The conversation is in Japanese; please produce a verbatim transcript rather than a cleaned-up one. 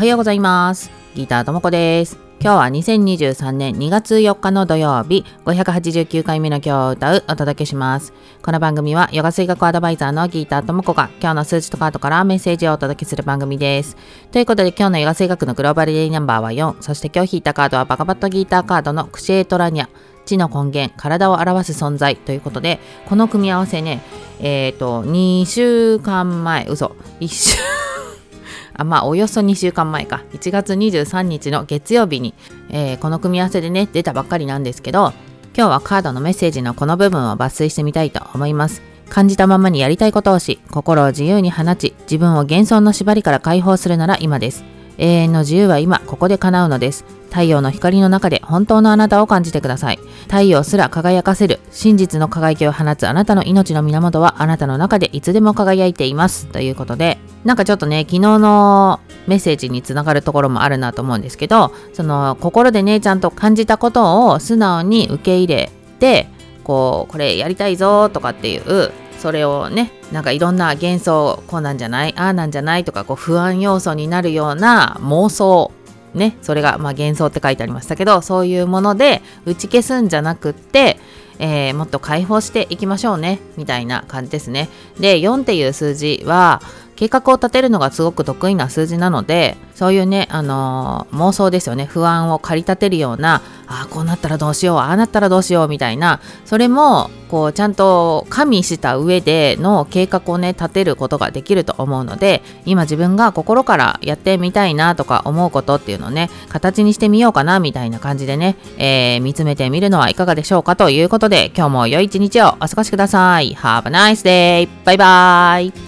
ようございます。ギターともこです。今日はにせんにじゅうさんねんにがつよっかの土曜日、ごひゃくはちじゅうきゅうかいめの今日を歌うお届けします。この番組はヨガ水学アドバイザーのギターともこが今日の数字とカードからメッセージをお届けする番組です。ということで今日のヨガ水学のグローバルデイナンバーはよん、そして今日引いたカードはバカバットギターカードのクシェートラニャ、地の根源、体を表す存在ということで、この組み合わせね、えっと、にしゅうかんまえ、嘘、いっしゅうあまあおよそにしゅうかんまえか、いちがつにじゅうさんにちの月曜日に、えー、この組み合わせでね出たばっかりなんですけど、今日はカードのメッセージのこの部分を抜粋してみたいと思います。感じたままにやりたいことをし、心を自由に放ち、自分を幻想の縛りから解放するなら今です。永遠の自由は今ここで叶うのです。太陽の光の中で本当のあなたを感じてください。太陽すら輝かせる真実の輝きを放つあなたの命の源はあなたの中でいつでも輝いていますということで、なんかちょっとね昨日のメッセージにつながるところもあるなと思うんですけど、その心でねちゃんと感じたことを素直に受け入れて、こうこれやりたいぞとかっていう、それをねなんかいろんな幻想、こうなんじゃない、ああなんじゃないとか、こう不安要素になるような妄想ね、それがまあ幻想って書いてありましたけど、そういうもので打ち消すんじゃなくって、えー、もっと解放していきましょうねみたいな感じですね。でよんっていう数字は計画を立てるのがすごく得意な数字なので、そういうね、あのー、妄想ですよね、不安を駆り立てるような、ああこうなったらどうしよう、ああなったらどうしようみたいな、それもこうちゃんと加味した上での計画をね立てることができると思うので、今自分が心からやってみたいなとか思うことっていうのをね形にしてみようかなみたいな感じでね、えー、見つめてみるのはいかがでしょうかということで、今日も良い一日をお過ごしください。 Have a nice day! バイバイ。